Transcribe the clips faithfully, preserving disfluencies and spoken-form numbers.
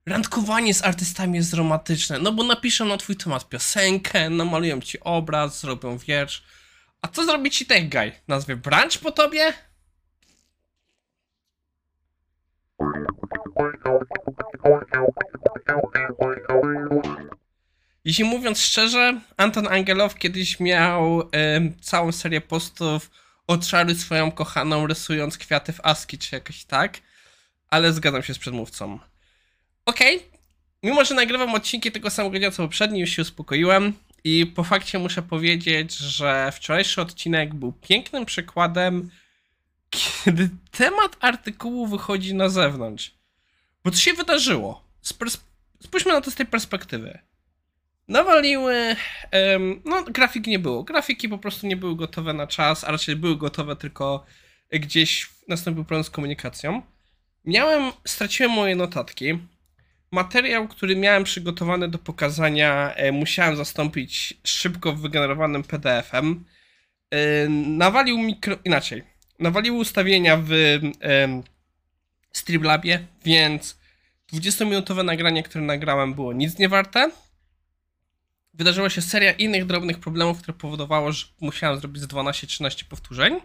Randkowanie z artystami jest romantyczne, no bo napiszą na twój temat piosenkę, namalują ci obraz, zrobią wiersz. A co zrobi ci ten guy? Nazwie brunch po tobie? Jeśli mówiąc szczerze, Anton Angelow kiedyś miał y, całą serię postów Oczaruj swoją kochaną rysując kwiaty w ASCII czy jakoś tak, ale zgadzam się z przedmówcą. Okej, okay. Mimo że nagrywam odcinki tego samego dnia co poprzedni, już się uspokoiłem i po fakcie muszę powiedzieć, że wczorajszy odcinek był pięknym przykładem, kiedy temat artykułu wychodzi na zewnątrz. Bo co się wydarzyło? Spójrzmy na to z tej perspektywy. Nawaliły, um, no grafik nie było, grafiki po prostu nie były gotowe na czas, a raczej były gotowe, tylko gdzieś nastąpił problem z komunikacją. Miałem, straciłem moje notatki. Materiał, który miałem przygotowany do pokazania, e, musiałem zastąpić szybko wygenerowanym P D F-em. E, nawalił mikro... inaczej. Nawaliły ustawienia w e, Streamlabie, więc dwudziestominutowe nagranie, które nagrałem, było nic nie warte. Wydarzyła się seria innych drobnych problemów, które powodowało, że musiałem zrobić z dwanaście trzynaście powtórzeń.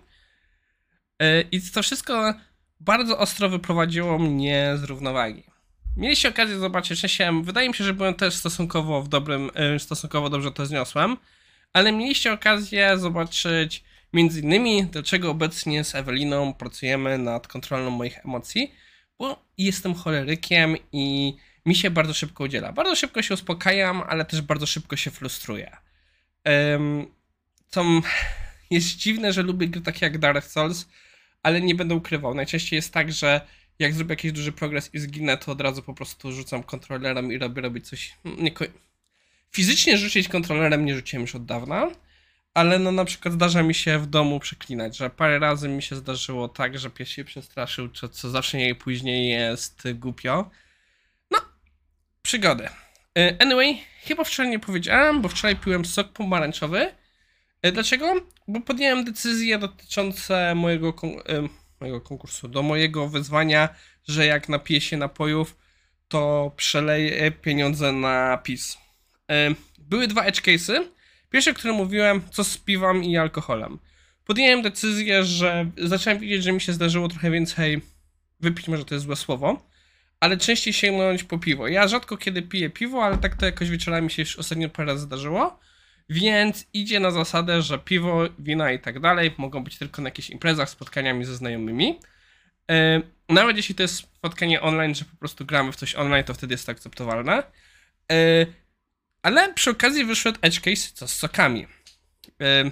E, I to wszystko bardzo ostro wyprowadziło mnie z równowagi. Mieliście okazję zobaczyć, że się, wydaje mi się, że byłem też stosunkowo w dobrym, stosunkowo dobrze to zniosłem, ale mieliście okazję zobaczyć między innymi, dlaczego obecnie z Eweliną pracujemy nad kontrolą moich emocji, bo jestem cholerykiem i mi się bardzo szybko udziela. Bardzo szybko się uspokajam, ale też bardzo szybko się frustruję. Um, to jest dziwne, że lubię gry takie jak Dark Souls, ale nie będę ukrywał. Najczęściej jest tak, że jak zrobię jakiś duży progres i zginę, to od razu po prostu rzucam kontrolerem i robię robić coś... Nie, fizycznie rzucić kontrolerem nie rzuciłem już od dawna, ale no na przykład zdarza mi się w domu przeklinać, że parę razy mi się zdarzyło tak, że pies się przestraszył, co, co zawsze nie później jest głupio. No, przygody. Anyway, chyba wczoraj nie powiedziałem, bo wczoraj piłem sok pomarańczowy. Dlaczego? Bo podjąłem decyzję dotyczące mojego... mojego konkursu, do mojego wyzwania, że jak napiję się napojów, to przeleję pieniądze na PiS. Były dwa edge case'y. Pierwszy, o którym mówiłem, co z piwem i alkoholem. Podjąłem decyzję, że zacząłem widzieć, że mi się zdarzyło trochę więcej wypić, może to jest złe słowo, ale częściej sięgnąć po piwo. Ja rzadko kiedy piję piwo, ale tak to jakoś wieczorami mi się już ostatnio parę razy zdarzyło. Więc idzie na zasadę, że piwo, wina i tak dalej mogą być tylko na jakichś imprezach, spotkaniami ze znajomymi. Yy, nawet jeśli to jest spotkanie online, że po prostu gramy w coś online, to wtedy jest to akceptowalne. Yy, ale przy okazji wyszedł edge case, co z sokami. Yy,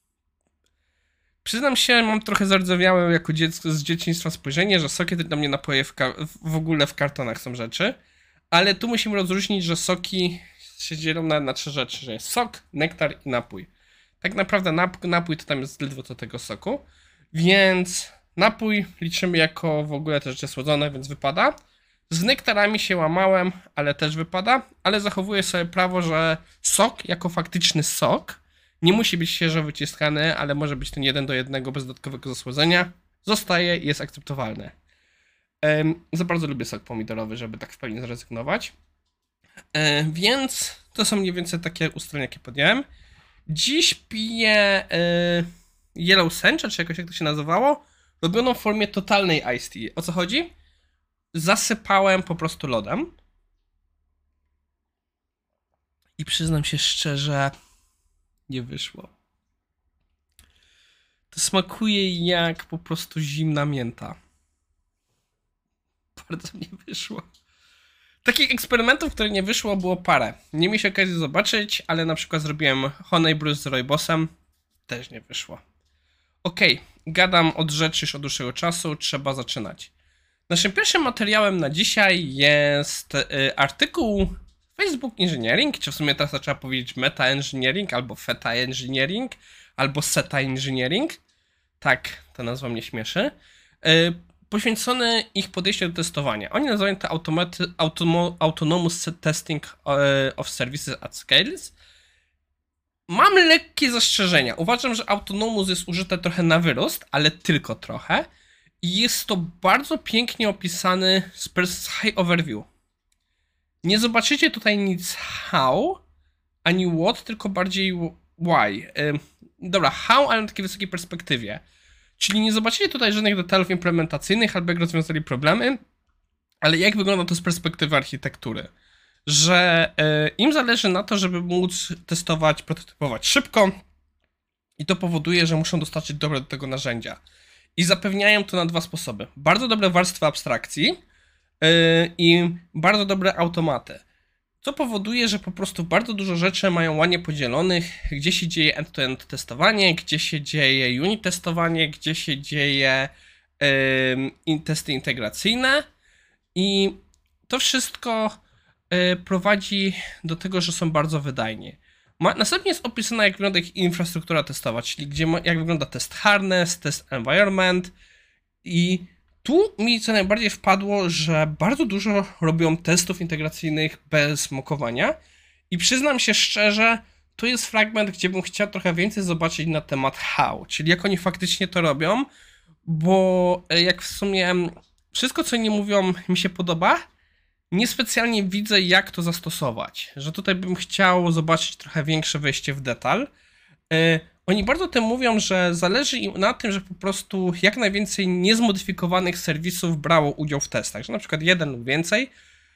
przyznam się, mam trochę zardzewiałe jako dziecko z dzieciństwa spojrzenie, że soki to dla mnie napoje w, w ogóle w kartonach są rzeczy. Ale tu musimy rozróżnić, że soki się dzielą na, na trzy rzeczy, że jest sok, nektar i napój. Tak naprawdę nap napój to tam jest ledwo co tego soku, więc napój liczymy jako w ogóle te rzeczy słodzone, więc wypada. Z nektarami się łamałem, ale też wypada, ale zachowuję sobie prawo, że sok jako faktyczny sok nie musi być świeżo wyciskany, ale może być ten jeden do jednego bez dodatkowego zasłodzenia. Zostaje i jest akceptowalny. Um, za bardzo lubię sok pomidorowy, żeby tak w pełni zrezygnować. E, więc to są mniej więcej takie ustalenia, jakie podjąłem. Dziś piję e, Yellow Sencha, czy jakoś jak to się nazywało, robioną w formie totalnej iced tea. O co chodzi? Zasypałem po prostu lodem. I przyznam się szczerze, nie wyszło. To smakuje jak po prostu zimna mięta. Bardzo nie wyszło. Takich eksperymentów, które nie wyszło, było parę. Nie mieliście okazji zobaczyć, ale na przykład zrobiłem Honey Brew z Rooibosem. Też nie wyszło. Okej, okay, gadam od rzeczy już od dłuższego czasu, trzeba zaczynać. Naszym pierwszym materiałem na dzisiaj jest y, artykuł Facebook Engineering, czy w sumie teraz trzeba powiedzieć Meta Engineering, albo Feta Engineering, albo Seta Engineering. Tak, ta nazwa mnie śmieszy. Y, poświęcony ich podejściu do testowania. Oni nazywają to Autonomous Testing of Services at Scales. Mam lekkie zastrzeżenia. Uważam, że Autonomous jest użyte trochę na wyrost, ale tylko trochę. I jest to bardzo pięknie opisany z High Overview. Nie zobaczycie tutaj nic how, ani what, tylko bardziej why. Yy, dobra, how, ale na takiej wysokiej perspektywie. Czyli nie zobaczycie tutaj żadnych detalów implementacyjnych, albo jak rozwiązali problemy, ale jak wygląda to z perspektywy architektury. Że yy, im zależy na to, żeby móc testować, prototypować szybko i to powoduje, że muszą dostarczyć dobre do tego narzędzia. I zapewniają to na dwa sposoby. Bardzo dobre warstwy abstrakcji yy, i bardzo dobre automaty. Co powoduje, że po prostu bardzo dużo rzeczy mają ładnie podzielonych, gdzie się dzieje end-to-end testowanie, gdzie się dzieje unit testowanie, gdzie się dzieje yy, testy integracyjne i to wszystko yy, prowadzi do tego, że są bardzo wydajni. Ma, następnie jest opisana, jak wygląda ich infrastruktura testowa, czyli gdzie, jak wygląda test harness, test environment i tu mi co najbardziej wpadło, że bardzo dużo robią testów integracyjnych bez mokowania i przyznam się szczerze, to jest fragment, gdzie bym chciał trochę więcej zobaczyć na temat how, czyli jak oni faktycznie to robią, bo jak w sumie wszystko, co nie mówią, mi się podoba, niespecjalnie widzę, jak to zastosować, że tutaj bym chciał zobaczyć trochę większe wejście w detal. Oni bardzo tym mówią, że zależy im na tym, że po prostu jak najwięcej niezmodyfikowanych serwisów brało udział w testach, że na przykład jeden lub więcej.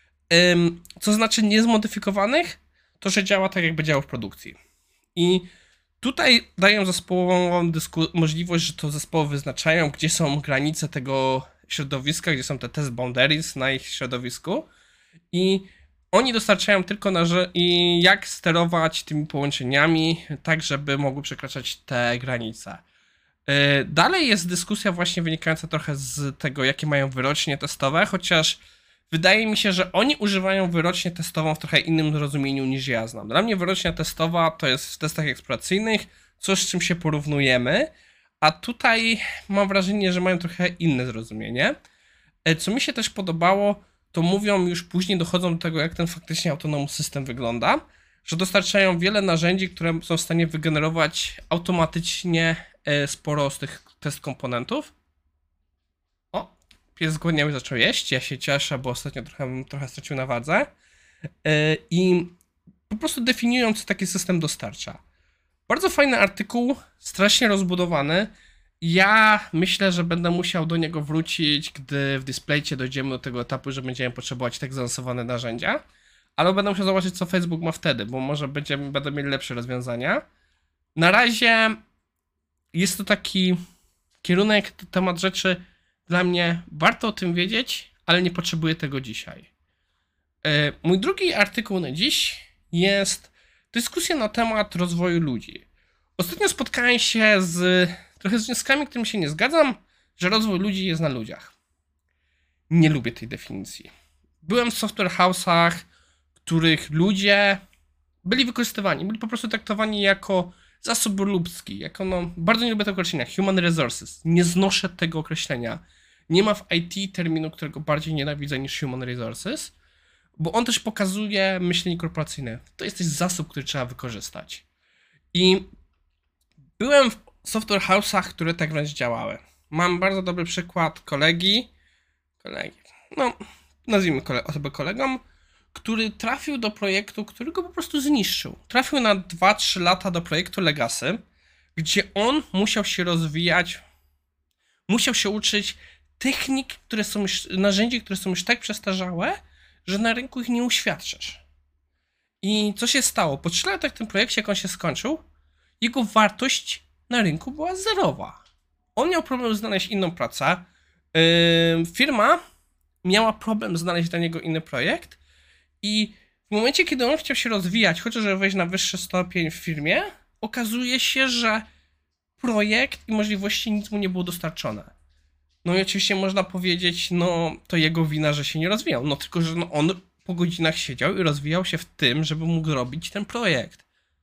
Co znaczy niezmodyfikowanych? To, że działa tak, jakby działał w produkcji. I tutaj dają zespołom możliwość, że to zespoły wyznaczają, gdzie są granice tego środowiska, gdzie są te test boundaries na ich środowisku i oni dostarczają tylko na i jak sterować tymi połączeniami, tak żeby mogły przekraczać te granice. Dalej jest dyskusja właśnie wynikająca trochę z tego, jakie mają wyrocznie testowe, chociaż wydaje mi się, że oni używają wyrocznie testową w trochę innym rozumieniu niż ja znam. Dla mnie wyrocznia testowa to jest w testach eksploracyjnych coś, z czym się porównujemy, a tutaj mam wrażenie, że mają trochę inne zrozumienie. Co mi się też podobało, to mówią już później, dochodzą do tego, jak ten faktycznie autonomous system wygląda, że dostarczają wiele narzędzi, które są w stanie wygenerować automatycznie sporo z tych test komponentów. O, pies zgłodniały zaczął jeść, ja się cieszę, bo ostatnio trochę, trochę stracił na wadze. I po prostu definiują, co taki system dostarcza. Bardzo fajny artykuł, strasznie rozbudowany. Ja myślę, że będę musiał do niego wrócić, gdy w Displaycie dojdziemy do tego etapu, że będziemy potrzebować tak zaawansowane narzędzia. Ale będę musiał zobaczyć, co Facebook ma wtedy, bo może będziemy, będą mieli lepsze rozwiązania. Na razie jest to taki kierunek, temat rzeczy dla mnie, warto o tym wiedzieć, ale nie potrzebuję tego dzisiaj. Mój drugi artykuł na dziś jest dyskusja na temat rozwoju ludzi. Ostatnio spotkałem się z trochę z wnioskami, którym się nie zgadzam, że rozwój ludzi jest na ludziach. Nie lubię tej definicji. Byłem w software house'ach, których ludzie byli wykorzystywani, byli po prostu traktowani jako zasób ludzki, jako no, bardzo nie lubię tego określenia, human resources. Nie znoszę tego określenia. Nie ma w I T terminu, którego bardziej nienawidzę niż human resources, bo on też pokazuje myślenie korporacyjne. To jest zasób, który trzeba wykorzystać. I byłem w software house'ach, które tak wręcz działały. Mam bardzo dobry przykład kolegi, kolegi, no nazwijmy kole, osobę kolegą, który trafił do projektu, który go po prostu zniszczył. Trafił na dwa trzy lata do projektu Legacy, gdzie on musiał się rozwijać, musiał się uczyć technik, które są już, narzędzi, które są już tak przestarzałe, że na rynku ich nie uświadczysz. I co się stało? Po trzech latach w tym projekcie, jak on się skończył, jego wartość na rynku była zerowa. On miał problem znaleźć inną pracę. Yy, firma miała problem znaleźć dla niego inny projekt i w momencie, kiedy on chciał się rozwijać, chociaż żeby wejść na wyższy stopień w firmie, okazuje się, że projekt i możliwości nic mu nie było dostarczone. No i oczywiście można powiedzieć, no to jego wina, że się nie rozwijał. No tylko, że no, on po godzinach siedział i rozwijał się w tym, żeby mógł robić ten projekt.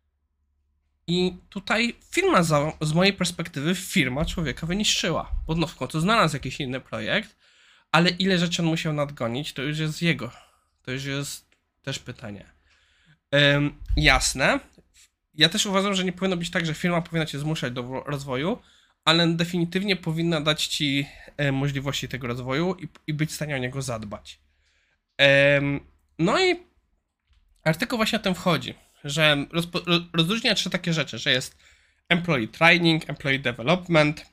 I tutaj firma, za, z mojej perspektywy, firma człowieka wyniszczyła. Bo no w końcu znalazł jakiś inny projekt, ale ile rzeczy on musiał nadgonić, to już jest jego. To już jest też pytanie. Ym, jasne. Ja też uważam, że nie powinno być tak, że firma powinna cię zmuszać do rozwoju, ale definitywnie powinna dać ci e, możliwości tego rozwoju i, i być w stanie o niego zadbać. Ym, no i artykuł właśnie o tym wchodzi, że rozpo- rozróżnia trzy takie rzeczy, że jest employee training, employee development.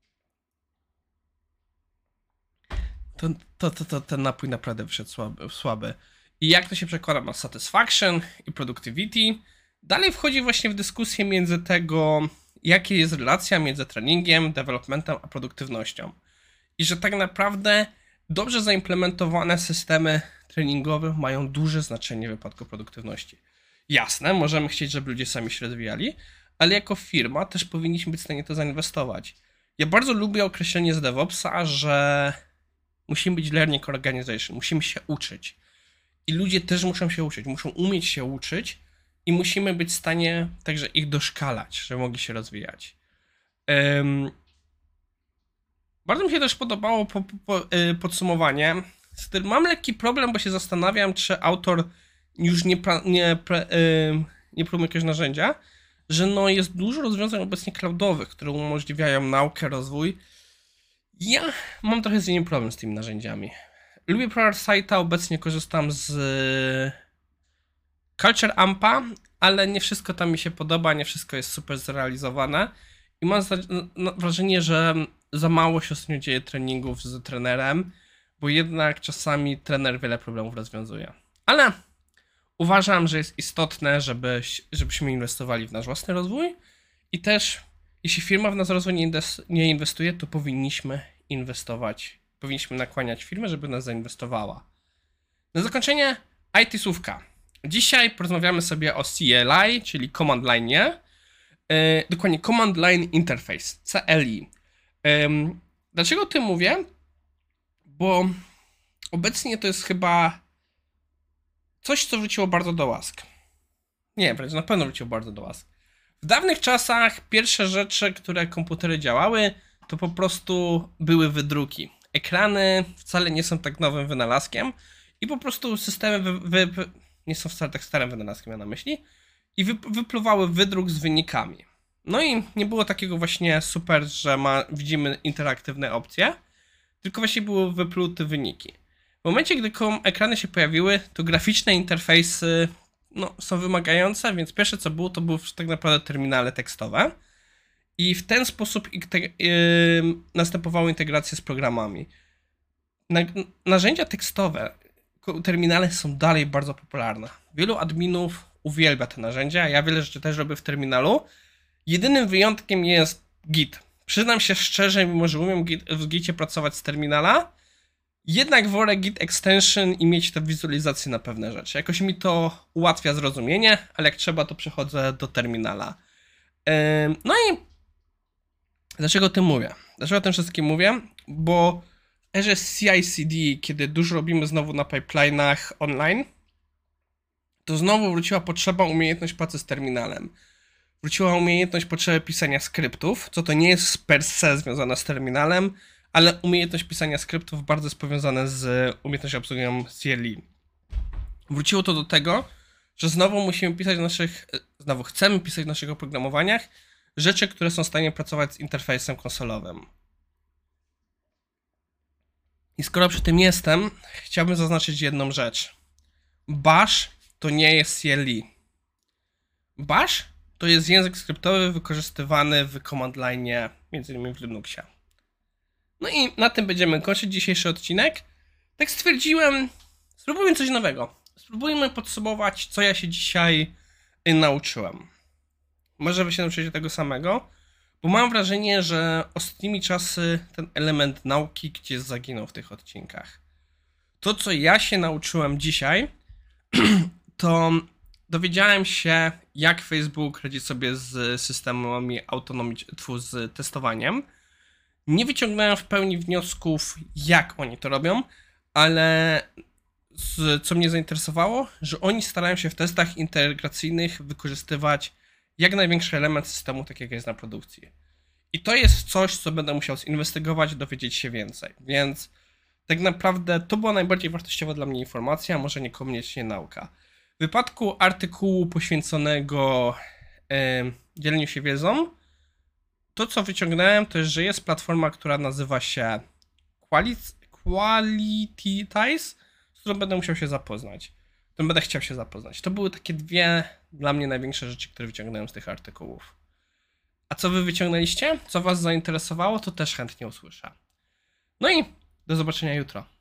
To, to, to, to ten napój naprawdę wyszedł słaby, słaby. I jak to się przekłada na satisfaction i productivity. Dalej wchodzi właśnie w dyskusję między tego, jaka jest relacja między treningiem, developmentem a produktywnością. I że tak naprawdę dobrze zaimplementowane systemy treningowe mają duże znaczenie w wypadku produktywności. Jasne, możemy chcieć, żeby ludzie sami się rozwijali, ale jako firma też powinniśmy być w stanie to zainwestować. Ja bardzo lubię określenie z DevOpsa, że musimy być learning organization, musimy się uczyć. I ludzie też muszą się uczyć, muszą umieć się uczyć i musimy być w stanie także ich doszkalać, żeby mogli się rozwijać. Um, bardzo mi się też podobało po, po, po, yy, podsumowanie, z którym mam lekki problem, bo się zastanawiam, czy autor już nie, pra, nie, pra, yy, nie próbuje jakiegoś narzędzia, że no jest dużo rozwiązań obecnie cloudowych, które umożliwiają naukę, rozwój. Ja mam trochę z nimi problem z tymi narzędziami. Lubię ProArtSite'a, obecnie korzystam z Culture Ampa, ale nie wszystko tam mi się podoba, nie wszystko jest super zrealizowane i mam wrażenie, że za mało się ostatnio dzieje treningów z trenerem, bo jednak czasami trener wiele problemów rozwiązuje. Ale uważam, że jest istotne, żeby, żebyśmy inwestowali w nasz własny rozwój i też jeśli firma w nas rozwój nie inwestuje, to powinniśmy inwestować. Powinniśmy nakłaniać firmę, żeby nas zainwestowała. Na zakończenie I T-słówka. Dzisiaj porozmawiamy sobie o C L I, czyli Command Line, yy, dokładnie Command Line Interface, C L I. Yy, dlaczego o tym mówię? Bo obecnie to jest chyba coś, co wróciło bardzo do łask. Nie, wręcz na pewno wróciło bardzo do łask. W dawnych czasach pierwsze rzeczy, które komputery działały, to po prostu były wydruki. Ekrany wcale nie są tak nowym wynalazkiem i po prostu systemy wy, wy, nie są wcale tak starym wynalazkiem, ja na myśli, i wy, wypluwały wydruk z wynikami. No i nie było takiego właśnie super, że ma, widzimy interaktywne opcje, tylko właśnie były wyplute wyniki. W momencie, gdy ekrany się pojawiły, to graficzne interfejsy no, są wymagające, więc pierwsze co było, to były tak naprawdę terminale tekstowe. I w ten sposób yy, następowały integracje z programami. Na, narzędzia tekstowe, terminale są dalej bardzo popularne. Wielu adminów uwielbia te narzędzia, ja wiele rzeczy też robię w terminalu. Jedynym wyjątkiem jest Git. Przyznam się szczerze, mimo że umiem git, w Gicie pracować z terminala, jednak wolę Git Extension i mieć tę wizualizację na pewne rzeczy. Jakoś mi to ułatwia zrozumienie, ale jak trzeba, to przechodzę do terminala. Yy, no i dlaczego o tym mówię? Dlaczego o tym wszystkim mówię? Bo w erze C I C D, kiedy dużo robimy znowu na pipeline'ach online, to znowu wróciła potrzeba, umiejętność pracy z terminalem. Wróciła umiejętność potrzeby pisania skryptów, co to nie jest per se związane z terminalem, ale umiejętność pisania skryptów bardzo jest powiązane z umiejętnością obsługiwania C L I. Wróciło to do tego, że znowu musimy pisać w naszych, znowu chcemy pisać w naszych oprogramowaniach rzeczy, które są w stanie pracować z interfejsem konsolowym. I skoro przy tym jestem, chciałbym zaznaczyć jedną rzecz. Bash to nie jest C L I. Bash to jest język skryptowy wykorzystywany w command line, między innymi w Linuxie. No i na tym będziemy kończyć dzisiejszy odcinek. Tak stwierdziłem, spróbujmy coś nowego. Spróbujmy podsumować, co ja się dzisiaj nauczyłem. Może wy się nauczycie tego samego, bo mam wrażenie, że ostatnimi czasy ten element nauki gdzieś zaginął w tych odcinkach. To, co ja się nauczyłem dzisiaj, to dowiedziałem się, jak Facebook radzi sobie z systemami autonomicznymi, z testowaniem. Nie wyciągnąłem w pełni wniosków, jak oni to robią, ale z, co mnie zainteresowało, że oni starają się w testach integracyjnych wykorzystywać jak największy element systemu, tak jak jest na produkcji. I to jest coś, co będę musiał zinwestygować, dowiedzieć się więcej. Więc tak naprawdę to była najbardziej wartościowa dla mnie informacja, może niekoniecznie nauka. W wypadku artykułu poświęconego yy, dzieleniu się wiedzą, to co wyciągnąłem, to jest, że jest platforma, która nazywa się Qualitize, z którą będę musiał się zapoznać. to będę chciał się zapoznać. To były takie dwie dla mnie największe rzeczy, które wyciągnąłem z tych artykułów. A co wy wyciągnęliście? Co was zainteresowało? To też chętnie usłyszę. No i do zobaczenia jutro.